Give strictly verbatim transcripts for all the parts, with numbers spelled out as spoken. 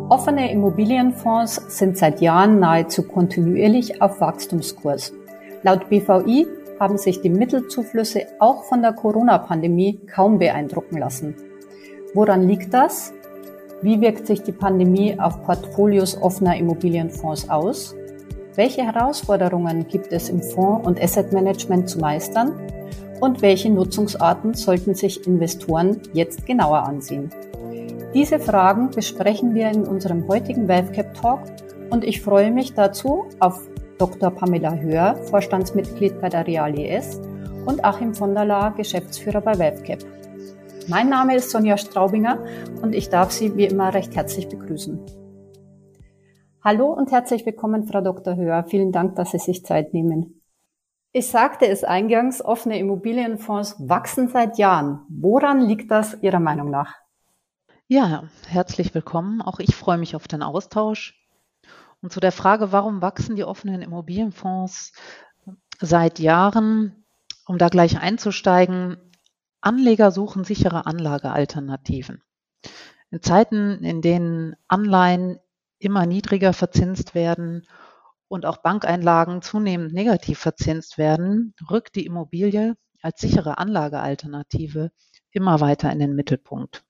Offene Immobilienfonds sind seit Jahren nahezu kontinuierlich auf Wachstumskurs. Laut B V I haben sich die Mittelzuflüsse auch von der Corona-Pandemie kaum beeindrucken lassen. Woran liegt das? Wie wirkt sich die Pandemie auf Portfolios offener Immobilienfonds aus? Welche Herausforderungen gibt es im Fonds- und Asset-Management zu meistern? Und welche Nutzungsarten sollten sich Investoren jetzt genauer ansehen? Diese Fragen besprechen wir in unserem heutigen WealthCap Talk und ich freue mich dazu auf Doktor Pamela Höhr, Vorstandsmitglied bei der Real I S und Achim von der Laar, Geschäftsführer bei WealthCap. Mein Name ist Sonja Straubinger und ich darf Sie wie immer recht herzlich begrüßen. Hallo und herzlich willkommen, Frau Doktor Höhr. Vielen Dank, dass Sie sich Zeit nehmen. Ich sagte es eingangs, offene Immobilienfonds wachsen seit Jahren. Woran liegt das Ihrer Meinung nach? Ja, herzlich willkommen. Auch ich freue mich auf den Austausch. Und zu der Frage, warum wachsen die offenen Immobilienfonds seit Jahren, um da gleich einzusteigen, Anleger suchen sichere Anlagealternativen. In Zeiten, in denen Anleihen immer niedriger verzinst werden und auch Bankeinlagen zunehmend negativ verzinst werden, rückt die Immobilie als sichere Anlagealternative immer weiter in den Mittelpunkt.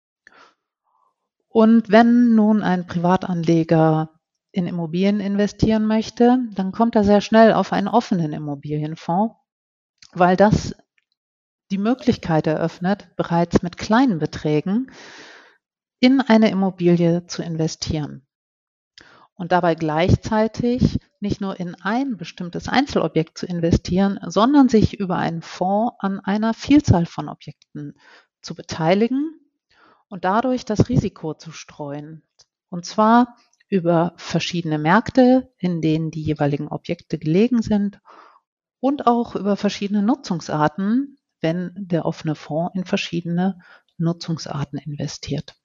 Und wenn nun ein Privatanleger in Immobilien investieren möchte, dann kommt er sehr schnell auf einen offenen Immobilienfonds, weil das die Möglichkeit eröffnet, bereits mit kleinen Beträgen in eine Immobilie zu investieren und dabei gleichzeitig nicht nur in ein bestimmtes Einzelobjekt zu investieren, sondern sich über einen Fonds an einer Vielzahl von Objekten zu beteiligen und dadurch das Risiko zu streuen. Und zwar über verschiedene Märkte, in denen die jeweiligen Objekte gelegen sind und auch über verschiedene Nutzungsarten, wenn der offene Fonds in verschiedene Nutzungsarten investiert.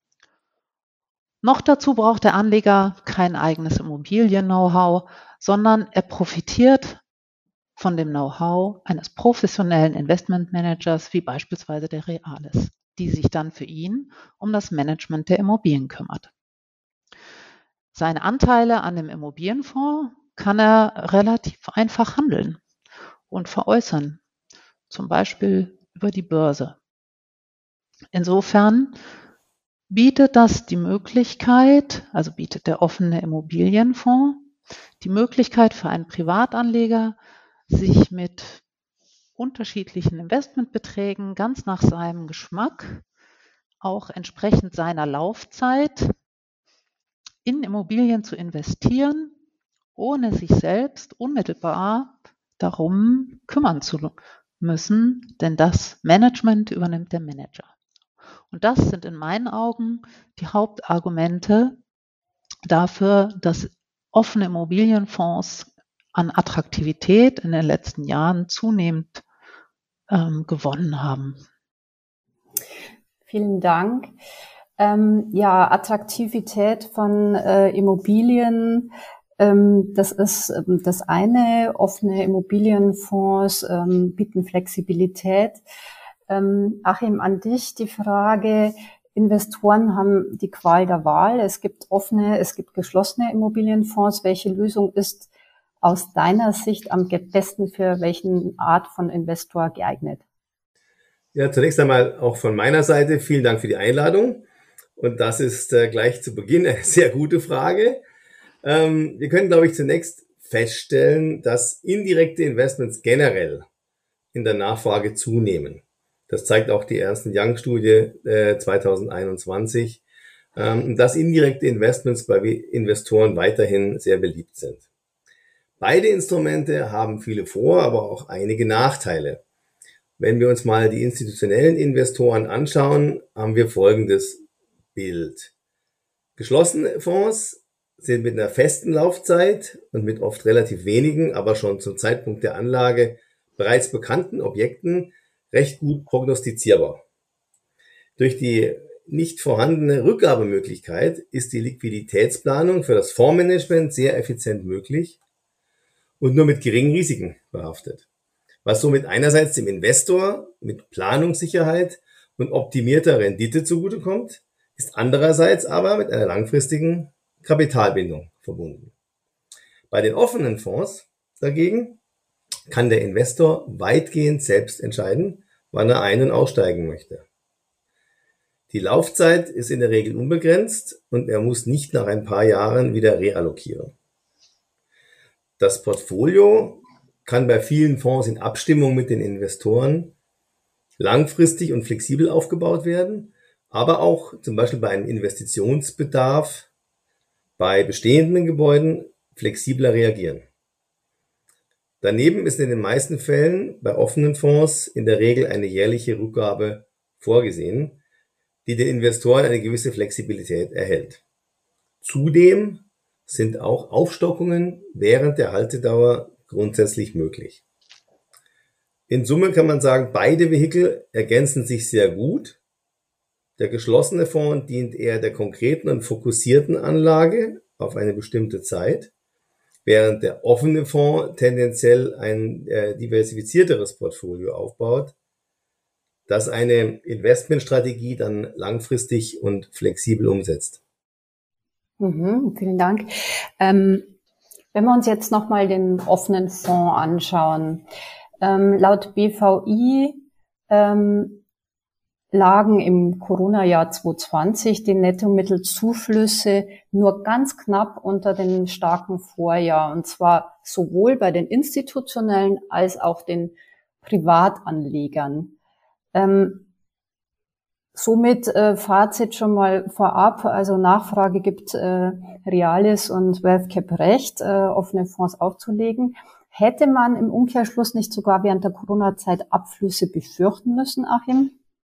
Noch dazu braucht der Anleger kein eigenes Immobilien-Know-how, sondern er profitiert von dem Know-how eines professionellen Investmentmanagers wie beispielsweise der Reales, die sich dann für ihn um das Management der Immobilien kümmert. Seine Anteile an dem Immobilienfonds kann er relativ einfach handeln und veräußern, zum Beispiel über die Börse. Insofern bietet das die Möglichkeit, also bietet der offene Immobilienfonds die Möglichkeit für einen Privatanleger, sich mit unterschiedlichen Investmentbeträgen ganz nach seinem Geschmack, auch entsprechend seiner Laufzeit, in Immobilien zu investieren, ohne sich selbst unmittelbar darum kümmern zu müssen, denn das Management übernimmt der Manager. Und das sind in meinen Augen die Hauptargumente dafür, dass offene Immobilienfonds an Attraktivität in den letzten Jahren zunehmend ähm, gewonnen haben. Vielen Dank. Ähm, ja, Attraktivität von äh, Immobilien, ähm, das ist ähm, das eine. Offene Immobilienfonds ähm, bieten Flexibilität. Ähm, Achim, an dich die Frage, Investoren haben die Qual der Wahl. Es gibt offene, es gibt geschlossene Immobilienfonds. Welche Lösung ist aus deiner Sicht am besten für welchen Art von Investor geeignet? Ja, zunächst einmal auch von meiner Seite vielen Dank für die Einladung. Und das ist äh, gleich zu Beginn eine sehr gute Frage. Ähm, wir können, glaube ich, zunächst feststellen, dass indirekte Investments generell in der Nachfrage zunehmen. Das zeigt auch die Ernst und Young-Studie äh, zwanzig einundzwanzig, ähm, dass indirekte Investments bei Investoren weiterhin sehr beliebt sind. Beide Instrumente haben viele Vor-, aber auch einige Nachteile. Wenn wir uns mal die institutionellen Investoren anschauen, haben wir folgendes Bild. Geschlossene Fonds sind mit einer festen Laufzeit und mit oft relativ wenigen, aber schon zum Zeitpunkt der Anlage bereits bekannten Objekten recht gut prognostizierbar. Durch die nicht vorhandene Rückgabemöglichkeit ist die Liquiditätsplanung für das Fondsmanagement sehr effizient möglich und nur mit geringen Risiken behaftet, was somit einerseits dem Investor mit Planungssicherheit und optimierter Rendite zugutekommt, ist andererseits aber mit einer langfristigen Kapitalbindung verbunden. Bei den offenen Fonds dagegen kann der Investor weitgehend selbst entscheiden, wann er ein- und aussteigen möchte. Die Laufzeit ist in der Regel unbegrenzt und er muss nicht nach ein paar Jahren wieder reallokieren. Das Portfolio kann bei vielen Fonds in Abstimmung mit den Investoren langfristig und flexibel aufgebaut werden, aber auch zum Beispiel bei einem Investitionsbedarf bei bestehenden Gebäuden flexibler reagieren. Daneben ist in den meisten Fällen bei offenen Fonds in der Regel eine jährliche Rückgabe vorgesehen, die den Investoren eine gewisse Flexibilität erhält. Zudem sind auch Aufstockungen während der Haltedauer grundsätzlich möglich. In Summe kann man sagen, beide Vehikel ergänzen sich sehr gut. Der geschlossene Fonds dient eher der konkreten und fokussierten Anlage auf eine bestimmte Zeit, während der offene Fonds tendenziell ein äh, diversifizierteres Portfolio aufbaut, das eine Investmentstrategie dann langfristig und flexibel umsetzt. Mhm, vielen Dank. Ähm, wenn wir uns jetzt nochmal den offenen Fonds anschauen, ähm, laut B V I ähm, lagen im Corona-Jahr zwanzig zwanzig die Nettomittelzuflüsse nur ganz knapp unter dem starken Vorjahr, und zwar sowohl bei den institutionellen als auch den Privatanlegern. Ähm, somit äh, Fazit schon mal vorab, also Nachfrage gibt äh, Realis und WealthCap recht, äh, offene Fonds aufzulegen. Hätte man im Umkehrschluss nicht sogar während der Corona-Zeit Abflüsse befürchten müssen, Achim?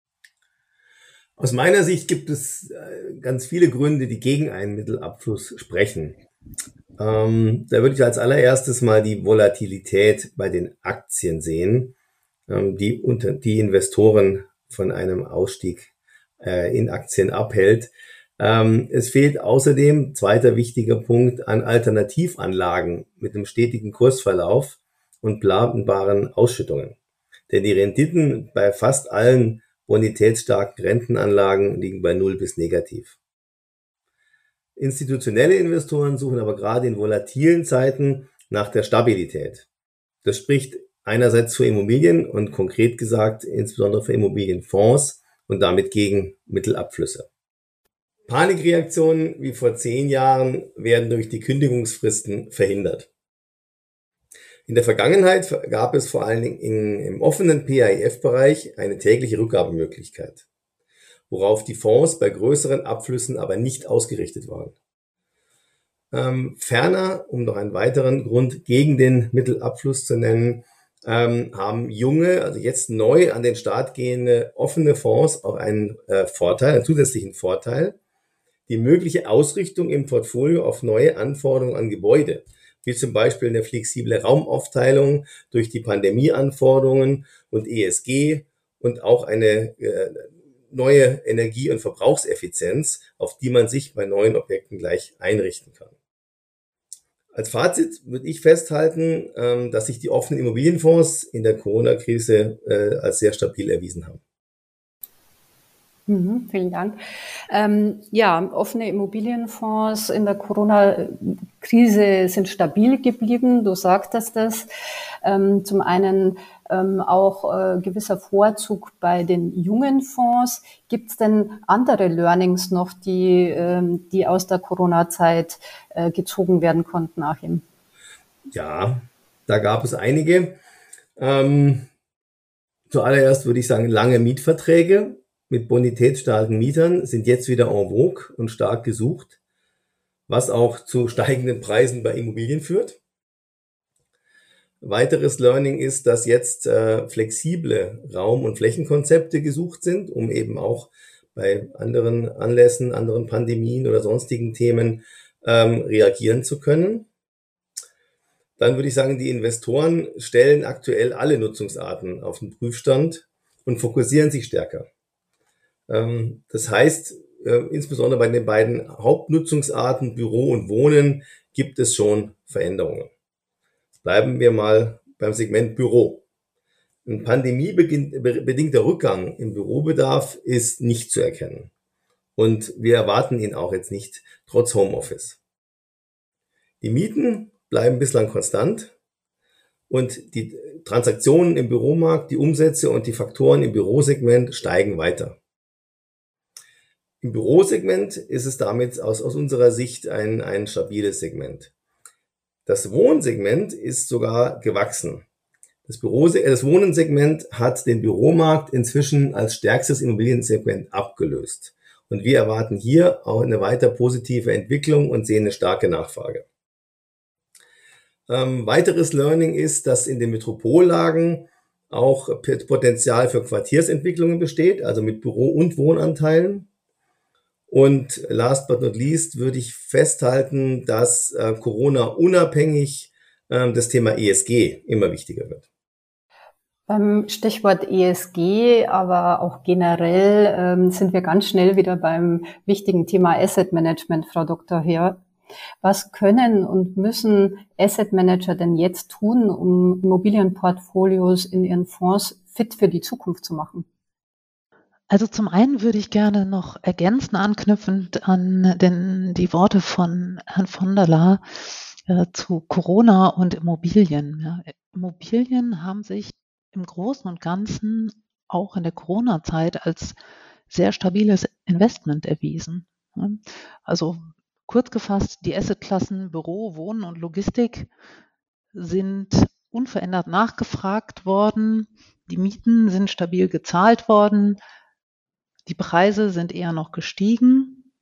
Aus meiner Sicht gibt es äh, ganz viele Gründe, die gegen einen Mittelabfluss sprechen. Ähm, da würde ich als allererstes mal die Volatilität bei den Aktien sehen, ähm, die unter, die Investoren von einem Ausstieg äh, in Aktien abhält. Ähm, es fehlt außerdem, zweiter wichtiger Punkt, an Alternativanlagen mit einem stetigen Kursverlauf und planbaren Ausschüttungen. Denn die Renditen bei fast allen bonitätsstarken Rentenanlagen liegen bei null bis negativ. Institutionelle Investoren suchen aber gerade in volatilen Zeiten nach der Stabilität. Das spricht einerseits für Immobilien und konkret gesagt insbesondere für Immobilienfonds und damit gegen Mittelabflüsse. Panikreaktionen wie vor zehn Jahren werden durch die Kündigungsfristen verhindert. In der Vergangenheit gab es vor allen Dingen in, im offenen P A I F-Bereich eine tägliche Rückgabemöglichkeit, worauf die Fonds bei größeren Abflüssen aber nicht ausgerichtet waren. Ähm, ferner, um noch einen weiteren Grund gegen den Mittelabfluss zu nennen, ähm, haben junge, also jetzt neu an den Start gehende offene Fonds auch einen äh, Vorteil, einen zusätzlichen Vorteil, die mögliche Ausrichtung im Portfolio auf neue Anforderungen an Gebäude, wie zum Beispiel eine flexible Raumaufteilung durch die Pandemieanforderungen und E S G und auch eine äh, neue Energie- und Verbrauchseffizienz, auf die man sich bei neuen Objekten gleich einrichten kann. Als Fazit würde ich festhalten, ähm, dass sich die offenen Immobilienfonds in der Corona-Krise äh, als sehr stabil erwiesen haben. Mhm, vielen Dank. Ähm, ja, offene Immobilienfonds in der Corona-Krise sind stabil geblieben. Du sagtest das. Ähm, zum einen ähm, auch äh, gewisser Vorzug bei den jungen Fonds. Gibt es denn andere Learnings noch, die, ähm, die aus der Corona-Zeit äh, gezogen werden konnten, Achim? Ja, da gab es einige. Ähm, zuallererst würde ich sagen, lange Mietverträge mit bonitätsstarken Mietern sind jetzt wieder en vogue und stark gesucht, was auch zu steigenden Preisen bei Immobilien führt. Weiteres Learning ist, dass jetzt äh, flexible Raum- und Flächenkonzepte gesucht sind, um eben auch bei anderen Anlässen, anderen Pandemien oder sonstigen Themen ähm, reagieren zu können. Dann würde ich sagen, die Investoren stellen aktuell alle Nutzungsarten auf den Prüfstand und fokussieren sich stärker. Ähm, das heißt, äh, insbesondere bei den beiden Hauptnutzungsarten Büro und Wohnen gibt es schon Veränderungen. Bleiben wir mal beim Segment Büro. Ein pandemiebedingter Rückgang im Bürobedarf ist nicht zu erkennen. Und wir erwarten ihn auch jetzt nicht, trotz Homeoffice. Die Mieten bleiben bislang konstant und die Transaktionen im Büromarkt, die Umsätze und die Faktoren im Bürosegment steigen weiter. Im Bürosegment ist es damit aus, aus unserer Sicht ein, ein stabiles Segment. Das Wohnsegment ist sogar gewachsen. Das, Bürose- das Wohnensegment hat den Büromarkt inzwischen als stärkstes Immobiliensegment abgelöst. Und wir erwarten hier auch eine weiter positive Entwicklung und sehen eine starke Nachfrage. Ähm, weiteres Learning ist, dass in den Metropollagen auch Potenzial für Quartiersentwicklungen besteht, also mit Büro- und Wohnanteilen. Und last but not least würde ich festhalten, dass äh, Corona unabhängig äh, das Thema E S G immer wichtiger wird. Beim Stichwort E S G, aber auch generell ähm, sind wir ganz schnell wieder beim wichtigen Thema Asset Management, Frau Doktor Hör. Was können und müssen Asset Manager denn jetzt tun, um Immobilienportfolios in ihren Fonds fit für die Zukunft zu machen? Also zum einen würde ich gerne noch ergänzen, anknüpfend an den, die Worte von Herrn von der Laar äh, zu Corona und Immobilien. Ja, Immobilien haben sich im Großen und Ganzen auch in der Corona-Zeit als sehr stabiles Investment erwiesen. Ja, also kurz gefasst, die Assetklassen Büro, Wohnen und Logistik sind unverändert nachgefragt worden. Die Mieten sind stabil gezahlt worden. Die Preise sind eher noch gestiegen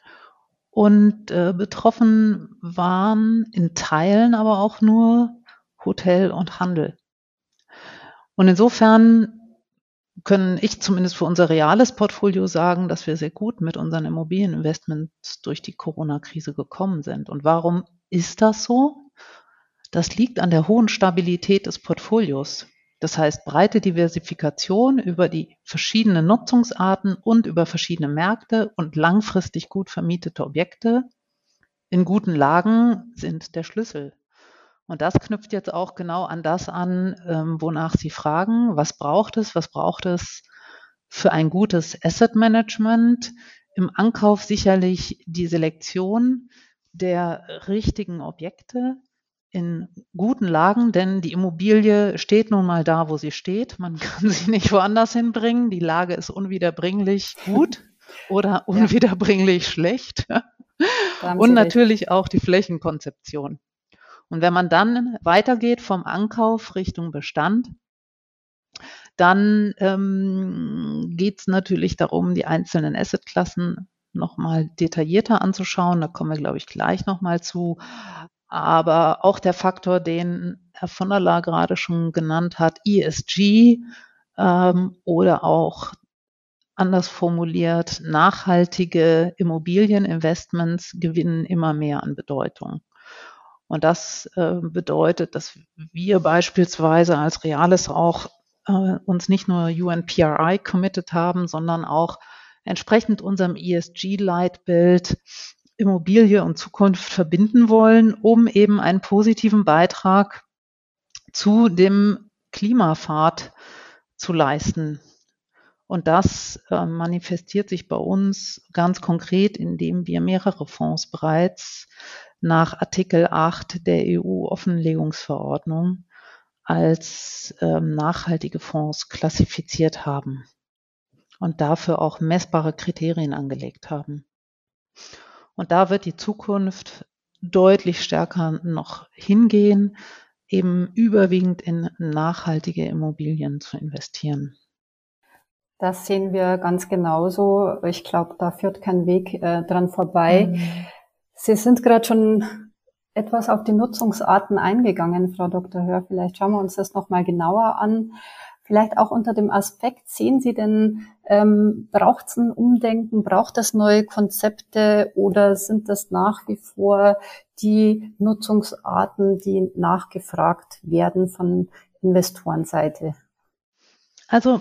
und äh, betroffen waren in Teilen aber auch nur Hotel und Handel. Und insofern können ich zumindest für unser reales Portfolio sagen, dass wir sehr gut mit unseren Immobilieninvestments durch die Corona-Krise gekommen sind. Und warum ist das so? Das liegt an der hohen Stabilität des Portfolios. Das heißt, breite Diversifikation über die verschiedenen Nutzungsarten und über verschiedene Märkte und langfristig gut vermietete Objekte in guten Lagen sind der Schlüssel. Und das knüpft jetzt auch genau an das an, ähm, wonach Sie fragen, was braucht es, was braucht es für ein gutes Asset Management? Im Ankauf sicherlich die Selektion der richtigen Objekte in guten Lagen, denn die Immobilie steht nun mal da, wo sie steht. Man kann sie nicht woanders hinbringen. Die Lage ist unwiederbringlich gut oder unwiederbringlich ja. schlecht. Und natürlich recht. Auch die Flächenkonzeption. Und wenn man dann weitergeht vom Ankauf Richtung Bestand, dann ähm, geht es natürlich darum, die einzelnen Assetklassen nochmal detaillierter anzuschauen. Da kommen wir, glaube ich, gleich nochmal zu. Aber auch der Faktor, den Herr von der Laar gerade schon genannt hat, E S G ähm, oder auch anders formuliert, nachhaltige Immobilieninvestments gewinnen immer mehr an Bedeutung. Und das äh, bedeutet, dass wir beispielsweise als Reales auch äh, uns nicht nur U N P R I committed haben, sondern auch entsprechend unserem E S G-Leitbild Immobilie und Zukunft verbinden wollen, um eben einen positiven Beitrag zu dem Klimapfad zu leisten. Und das äh, manifestiert sich bei uns ganz konkret, indem wir mehrere Fonds bereits nach Artikel acht der E U-Offenlegungsverordnung als ähm, nachhaltige Fonds klassifiziert haben und dafür auch messbare Kriterien angelegt haben. Und da wird die Zukunft deutlich stärker noch hingehen, eben überwiegend in nachhaltige Immobilien zu investieren. Das sehen wir ganz genauso. Ich glaube, da führt kein Weg äh, dran vorbei. Mhm. Sie sind gerade schon etwas auf die Nutzungsarten eingegangen, Frau Doktor Hör. Vielleicht schauen wir uns das nochmal genauer an. Vielleicht auch unter dem Aspekt, sehen Sie denn, ähm, braucht es ein Umdenken, braucht es neue Konzepte oder sind das nach wie vor die Nutzungsarten, die nachgefragt werden von Investorenseite? Also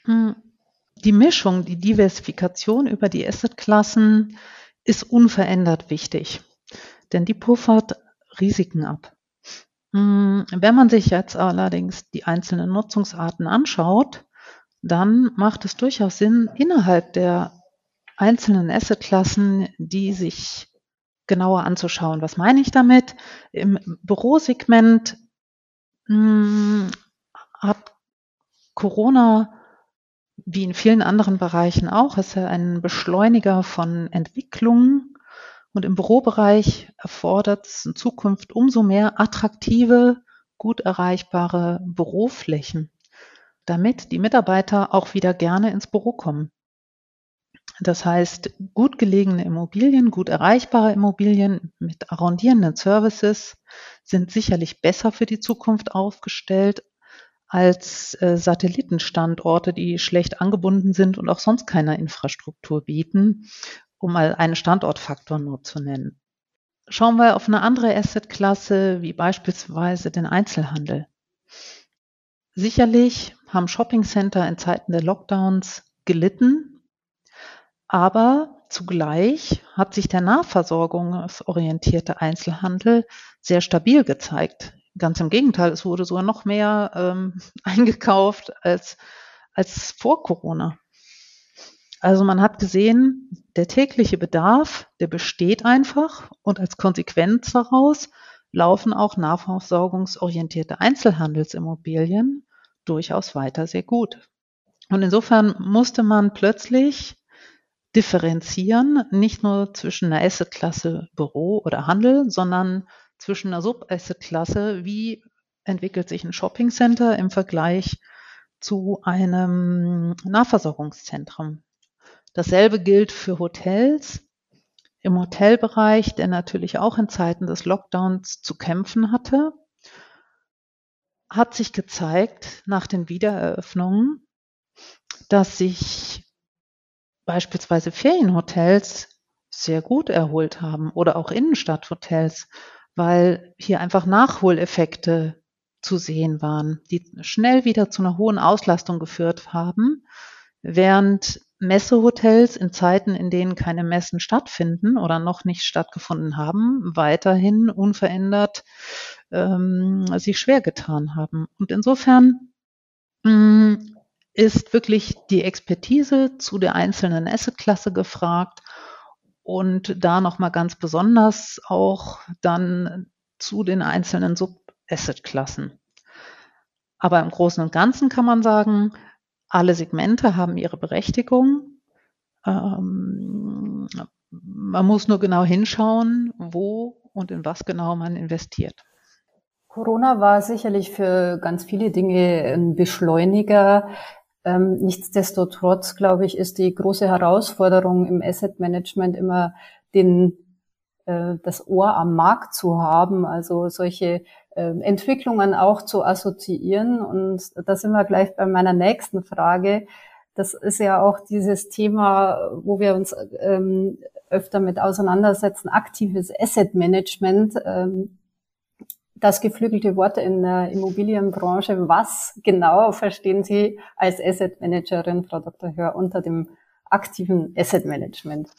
die Mischung, die Diversifikation über die Assetklassen ist unverändert wichtig, denn die puffert Risiken ab. Wenn man sich jetzt allerdings die einzelnen Nutzungsarten anschaut, dann macht es durchaus Sinn, innerhalb der einzelnen Assetklassen, die sich genauer anzuschauen. Was meine ich damit? Im Bürosegment mh, hat Corona, wie in vielen anderen Bereichen auch, ist ja ein Beschleuniger von Entwicklungen. Und im Bürobereich erfordert es in Zukunft umso mehr attraktive, gut erreichbare Büroflächen, damit die Mitarbeiter auch wieder gerne ins Büro kommen. Das heißt, gut gelegene Immobilien, gut erreichbare Immobilien mit arrondierenden Services sind sicherlich besser für die Zukunft aufgestellt als äh, Satellitenstandorte, die schlecht angebunden sind und auch sonst keine Infrastruktur bieten, um mal einen Standortfaktor nur zu nennen. Schauen wir auf eine andere Assetklasse, wie beispielsweise den Einzelhandel. Sicherlich haben Shoppingcenter in Zeiten der Lockdowns gelitten, aber zugleich hat sich der nahversorgungsorientierte Einzelhandel sehr stabil gezeigt. Ganz im Gegenteil, es wurde sogar noch mehr ähm, eingekauft als, als vor Corona. Also man hat gesehen, der tägliche Bedarf, der besteht einfach und als Konsequenz daraus laufen auch nahversorgungsorientierte Einzelhandelsimmobilien durchaus weiter sehr gut. Und insofern musste man plötzlich differenzieren, nicht nur zwischen einer Assetklasse Büro oder Handel, sondern zwischen einer Sub-Asset-Klasse, wie entwickelt sich ein Shoppingcenter im Vergleich zu einem Nahversorgungszentrum. Dasselbe gilt für Hotels. Im Hotelbereich, der natürlich auch in Zeiten des Lockdowns zu kämpfen hatte, hat sich gezeigt nach den Wiedereröffnungen, dass sich beispielsweise Ferienhotels sehr gut erholt haben oder auch Innenstadthotels, weil hier einfach Nachholeffekte zu sehen waren, die schnell wieder zu einer hohen Auslastung geführt haben, während Messehotels in Zeiten, in denen keine Messen stattfinden oder noch nicht stattgefunden haben, weiterhin unverändert ähm, sich schwer getan haben. Und insofern mh, ist wirklich die Expertise zu der einzelnen Assetklasse gefragt und da nochmal ganz besonders auch dann zu den einzelnen Sub-Asset-Klassen. Aber im Großen und Ganzen kann man sagen, alle Segmente haben ihre Berechtigung. Ähm, man muss nur genau hinschauen, wo und in was genau man investiert. Corona war sicherlich für ganz viele Dinge ein Beschleuniger. Ähm, nichtsdestotrotz, glaube ich, ist die große Herausforderung im Asset Management immer den, äh, das Ohr am Markt zu haben, also solche äh, Entwicklungen auch zu assoziieren. Und da sind wir gleich bei meiner nächsten Frage. Das ist ja auch dieses Thema, wo wir uns ähm, öfter mit auseinandersetzen, aktives Asset Management. Ähm, Das geflügelte Wort in der Immobilienbranche. Was genau verstehen Sie als Asset Managerin, Frau Doktor Hör, unter dem aktiven Asset Management?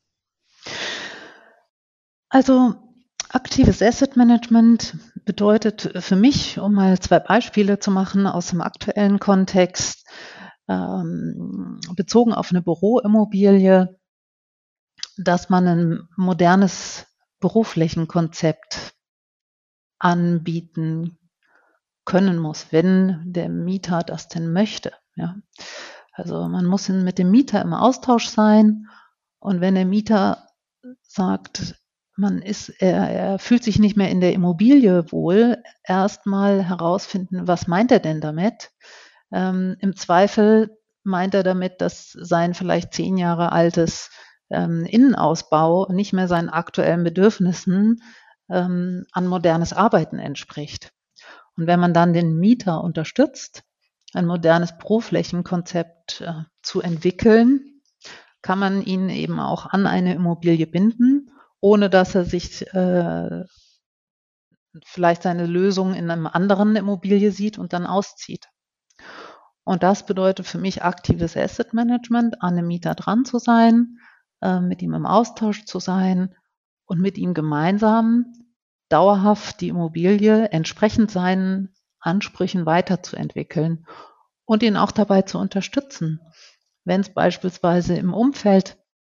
Also aktives Asset Management bedeutet für mich, um mal zwei Beispiele zu machen aus dem aktuellen Kontext, ähm, bezogen auf eine Büroimmobilie, dass man ein modernes Büroflächenkonzept anbieten können muss, wenn der Mieter das denn möchte. Ja. Also man muss mit dem Mieter im Austausch sein und wenn der Mieter sagt, man ist, er, er fühlt sich nicht mehr in der Immobilie wohl, erstmal herausfinden, was meint er denn damit? Ähm, Im Zweifel meint er damit, dass sein vielleicht zehn Jahre altes ähm, Innenausbau nicht mehr seinen aktuellen Bedürfnissen ähm, an modernes Arbeiten entspricht. Und wenn man dann den Mieter unterstützt, ein modernes Büroflächenkonzept äh, zu entwickeln, kann man ihn eben auch an eine Immobilie binden, ohne dass er sich äh, vielleicht seine Lösung in einem anderen Immobilie sieht und dann auszieht. Und das bedeutet für mich aktives Asset Management, an dem Mieter dran zu sein, äh, mit ihm im Austausch zu sein und mit ihm gemeinsam dauerhaft die Immobilie entsprechend seinen Ansprüchen weiterzuentwickeln und ihn auch dabei zu unterstützen. Wenn es beispielsweise im Umfeld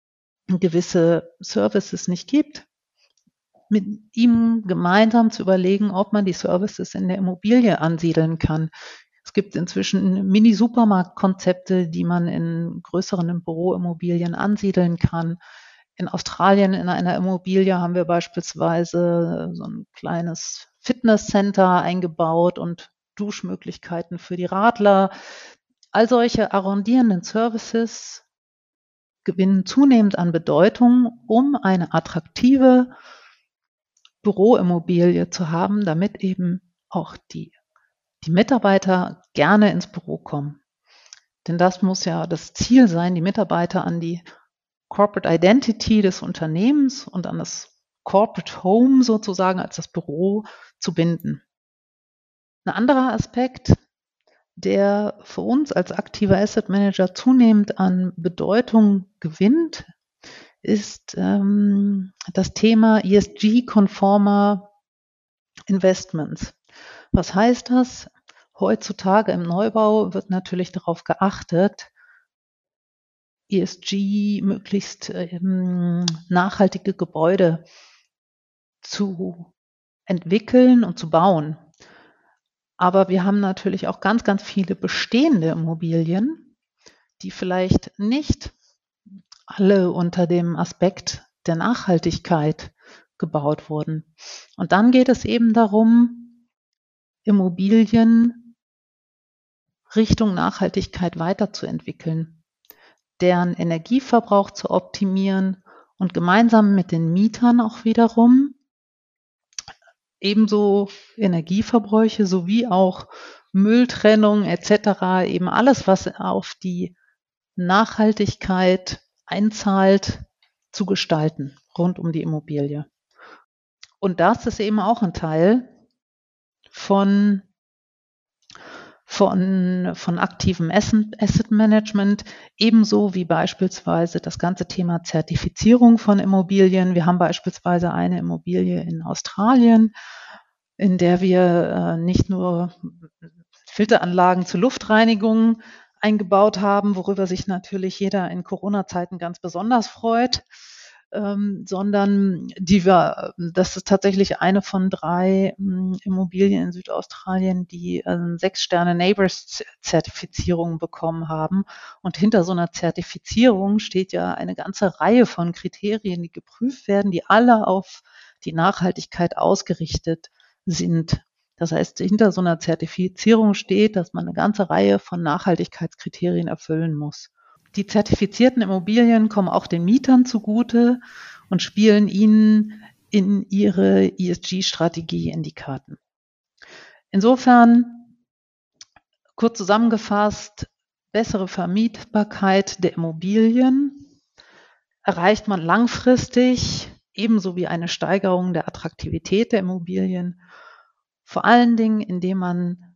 gewisse Services nicht gibt, mit ihm gemeinsam zu überlegen, ob man die Services in der Immobilie ansiedeln kann. Es gibt inzwischen Mini-Supermarktkonzepte, die man in größeren Büroimmobilien ansiedeln kann. In Australien in einer Immobilie haben wir beispielsweise so ein kleines Fitnesscenter eingebaut und Duschmöglichkeiten für die Radler. All solche arrondierenden Services gewinnen zunehmend an Bedeutung, um eine attraktive Büroimmobilie zu haben, damit eben auch die, die Mitarbeiter gerne ins Büro kommen. Denn das muss ja das Ziel sein, die Mitarbeiter an die Corporate Identity des Unternehmens und an das Corporate Home sozusagen als das Büro zu binden. Ein anderer Aspekt, der für uns als aktiver Asset Manager zunehmend an Bedeutung gewinnt, ist ähm, das Thema E S G-konformer Investments. Was heißt das? Heutzutage im Neubau wird natürlich darauf geachtet, E S G, möglichst ähm, nachhaltige Gebäude zu entwickeln und zu bauen. Aber wir haben natürlich auch ganz, ganz viele bestehende Immobilien, die vielleicht nicht alle unter dem Aspekt der Nachhaltigkeit gebaut wurden. Und dann geht es eben darum, Immobilien Richtung Nachhaltigkeit weiterzuentwickeln, deren Energieverbrauch zu optimieren und gemeinsam mit den Mietern auch wiederum ebenso Energieverbräuche sowie auch Mülltrennung et cetera, eben alles, was auf die Nachhaltigkeit einzahlt, zu gestalten rund um die Immobilie. Und das ist eben auch ein Teil von von, von aktivem Asset Management, ebenso wie beispielsweise das ganze Thema Zertifizierung von Immobilien. Wir haben beispielsweise eine Immobilie in Australien, in der wir äh, nicht nur Filteranlagen zur Luftreinigung eingebaut haben, worüber sich natürlich jeder in Corona-Zeiten ganz besonders freut, ähm, sondern die wir, das ist tatsächlich eine von drei ähm, Immobilien in Südaustralien, die ähm, sechs Sterne Neighbors-Zertifizierung bekommen haben. Und hinter so einer Zertifizierung steht ja eine ganze Reihe von Kriterien, die geprüft werden, die alle auf die Nachhaltigkeit ausgerichtet sind. Das heißt, hinter so einer Zertifizierung steht, dass man eine ganze Reihe von Nachhaltigkeitskriterien erfüllen muss. Die zertifizierten Immobilien kommen auch den Mietern zugute und spielen ihnen in ihre E S G-Strategie in die Karten. Insofern, kurz zusammengefasst, bessere Vermietbarkeit der Immobilien erreicht man langfristig, ebenso wie eine Steigerung der Attraktivität der Immobilien, vor allen Dingen, indem man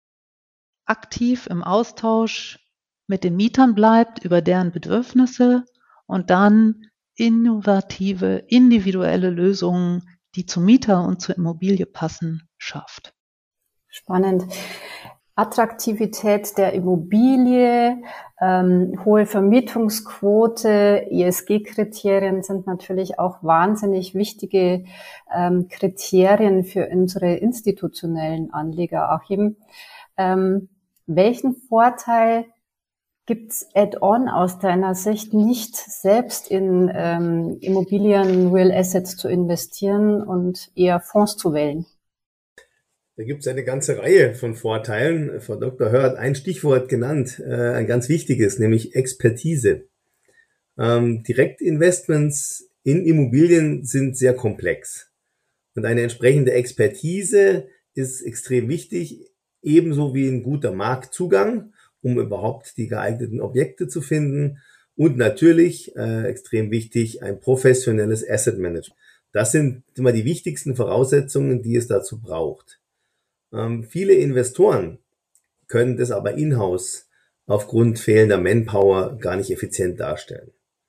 aktiv im Austausch mit den Mietern bleibt über deren Bedürfnisse und dann innovative, individuelle Lösungen, die zum Mieter und zur Immobilie passen, schafft. Spannend. Attraktivität der Immobilie, ähm, hohe Vermietungsquote, E S G-Kriterien sind natürlich auch wahnsinnig wichtige ähm, Kriterien für unsere institutionellen Anleger. Achim, ähm, welchen Vorteil gibt's Add-on aus deiner Sicht, nicht selbst in ähm, Immobilien, Real Assets zu investieren und eher Fonds zu wählen? Da gibt es eine ganze Reihe von Vorteilen. Frau Doktor Hör hat ein Stichwort genannt, äh, ein ganz wichtiges, nämlich Expertise. Ähm, Direktinvestments in Immobilien sind sehr komplex. Und eine entsprechende Expertise ist extrem wichtig, ebenso wie ein guter Marktzugang, um überhaupt die geeigneten Objekte zu finden. Und natürlich, äh, extrem wichtig, ein professionelles Asset Management. Das sind immer die wichtigsten Voraussetzungen, die es dazu braucht. Ähm, viele Investoren können das aber in-house aufgrund fehlender Manpower gar nicht effizient darstellen.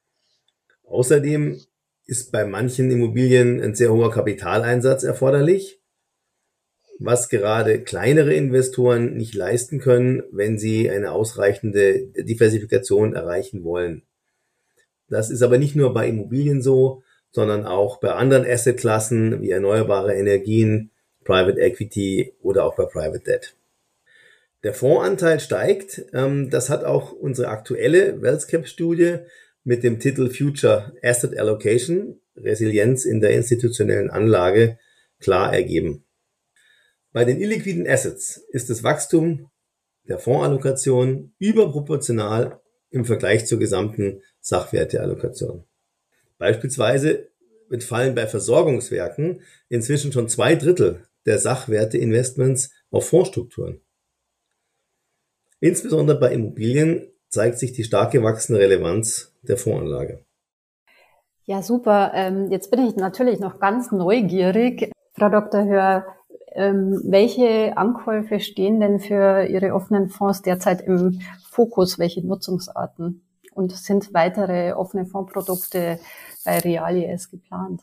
Außerdem ist bei manchen Immobilien ein sehr hoher Kapitaleinsatz erforderlich, was gerade kleinere Investoren nicht leisten können, wenn sie eine ausreichende Diversifikation erreichen wollen. Das ist aber nicht nur bei Immobilien so, sondern auch bei anderen Assetklassen wie erneuerbare Energien, Private Equity oder auch bei Private Debt. Der Fondsanteil steigt. Das hat auch unsere aktuelle WealthCap-Studie mit dem Titel Future Asset Allocation, Resilienz in der institutionellen Anlage, klar ergeben. Bei den illiquiden Assets ist das Wachstum der Fondsallokation überproportional im Vergleich zur gesamten Sachwerteallokation. Beispielsweise entfallen bei Versorgungswerken inzwischen schon zwei Drittel der Sachwerteinvestments auf Fondsstrukturen. Insbesondere bei Immobilien zeigt sich die stark gewachsene Relevanz der Fondsanlage. Ja, super. Jetzt bin ich natürlich noch ganz neugierig. Frau Doktor Höhr, welche Ankäufe stehen denn für Ihre offenen Fonds derzeit im Fokus? Welche Nutzungsarten? Und sind weitere offene Fondsprodukte bei Realies geplant?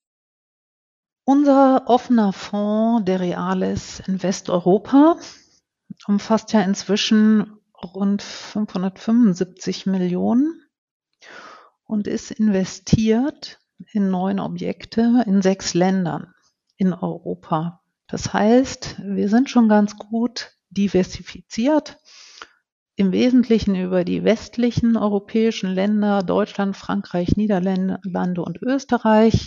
Unser offener Fonds, der Reales Invest Europa, umfasst ja inzwischen rund fünfhundertfünfundsiebzig Millionen und ist investiert in neun Objekte in sechs Ländern in Europa. Das heißt, wir sind schon ganz gut diversifiziert, im Wesentlichen über die westlichen europäischen Länder, Deutschland, Frankreich, Niederlande und Österreich,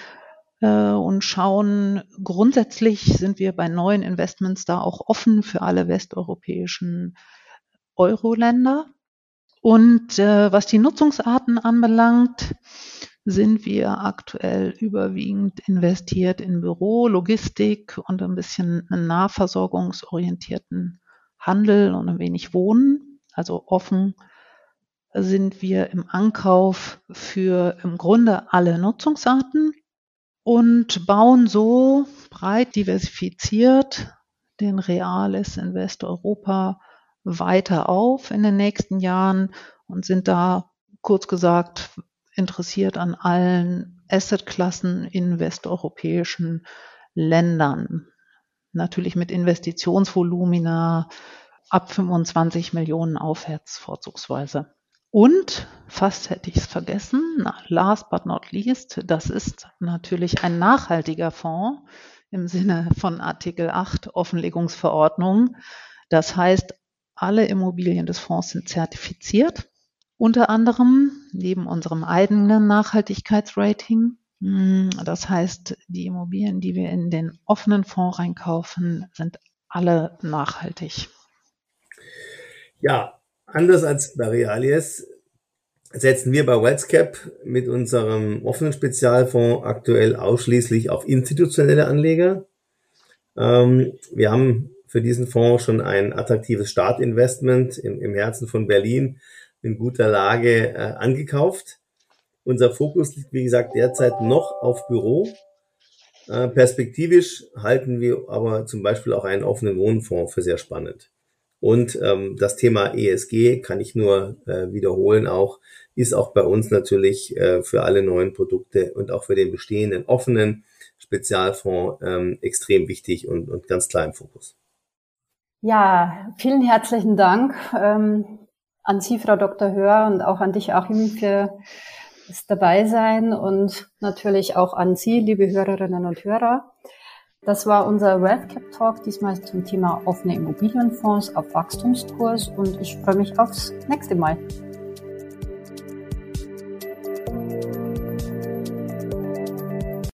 und schauen, grundsätzlich sind wir bei neuen Investments da auch offen für alle westeuropäischen Euro-Länder. Und äh, was die Nutzungsarten anbelangt, sind wir aktuell überwiegend investiert in Büro, Logistik und ein bisschen nahversorgungsorientierten Handel und ein wenig Wohnen. Also offen sind wir im Ankauf für im Grunde alle Nutzungsarten und bauen so breit diversifiziert den Reales Invest Europa weiter auf in den nächsten Jahren und sind da, kurz gesagt, interessiert an allen Assetklassen in westeuropäischen Ländern. Natürlich mit Investitionsvolumina ab fünfundzwanzig Millionen aufwärts vorzugsweise. Und, fast hätte ich es vergessen, last but not least, das ist natürlich ein nachhaltiger Fonds im Sinne von Artikel acht Offenlegungsverordnung. Das heißt, alle Immobilien des Fonds sind zertifiziert. Unter anderem neben unserem eigenen Nachhaltigkeitsrating. Das heißt, die Immobilien, die wir in den offenen Fonds reinkaufen, sind alle nachhaltig. Ja, anders als bei Realies setzen wir bei WealthCap mit unserem offenen Spezialfonds aktuell ausschließlich auf institutionelle Anleger. Ähm, wir haben für diesen Fonds schon ein attraktives Startinvestment im, im Herzen von Berlin in guter Lage äh, angekauft. Unser Fokus liegt, wie gesagt, derzeit noch auf Büro. Äh, perspektivisch halten wir aber zum Beispiel auch einen offenen Wohnfonds für sehr spannend. Und ähm, das Thema E S G, kann ich nur äh, wiederholen, auch ist auch bei uns natürlich äh, für alle neuen Produkte und auch für den bestehenden offenen Spezialfonds ähm, extrem wichtig und, und ganz klar im Fokus. Ja, vielen herzlichen Dank ähm, an Sie, Frau Doktor Höhr, und auch an dich, Achim, für das Dabeisein und natürlich auch an Sie, liebe Hörerinnen und Hörer. Das war unser WealthCap Talk, diesmal zum Thema offene Immobilienfonds auf Wachstumskurs, und ich freue mich aufs nächste Mal.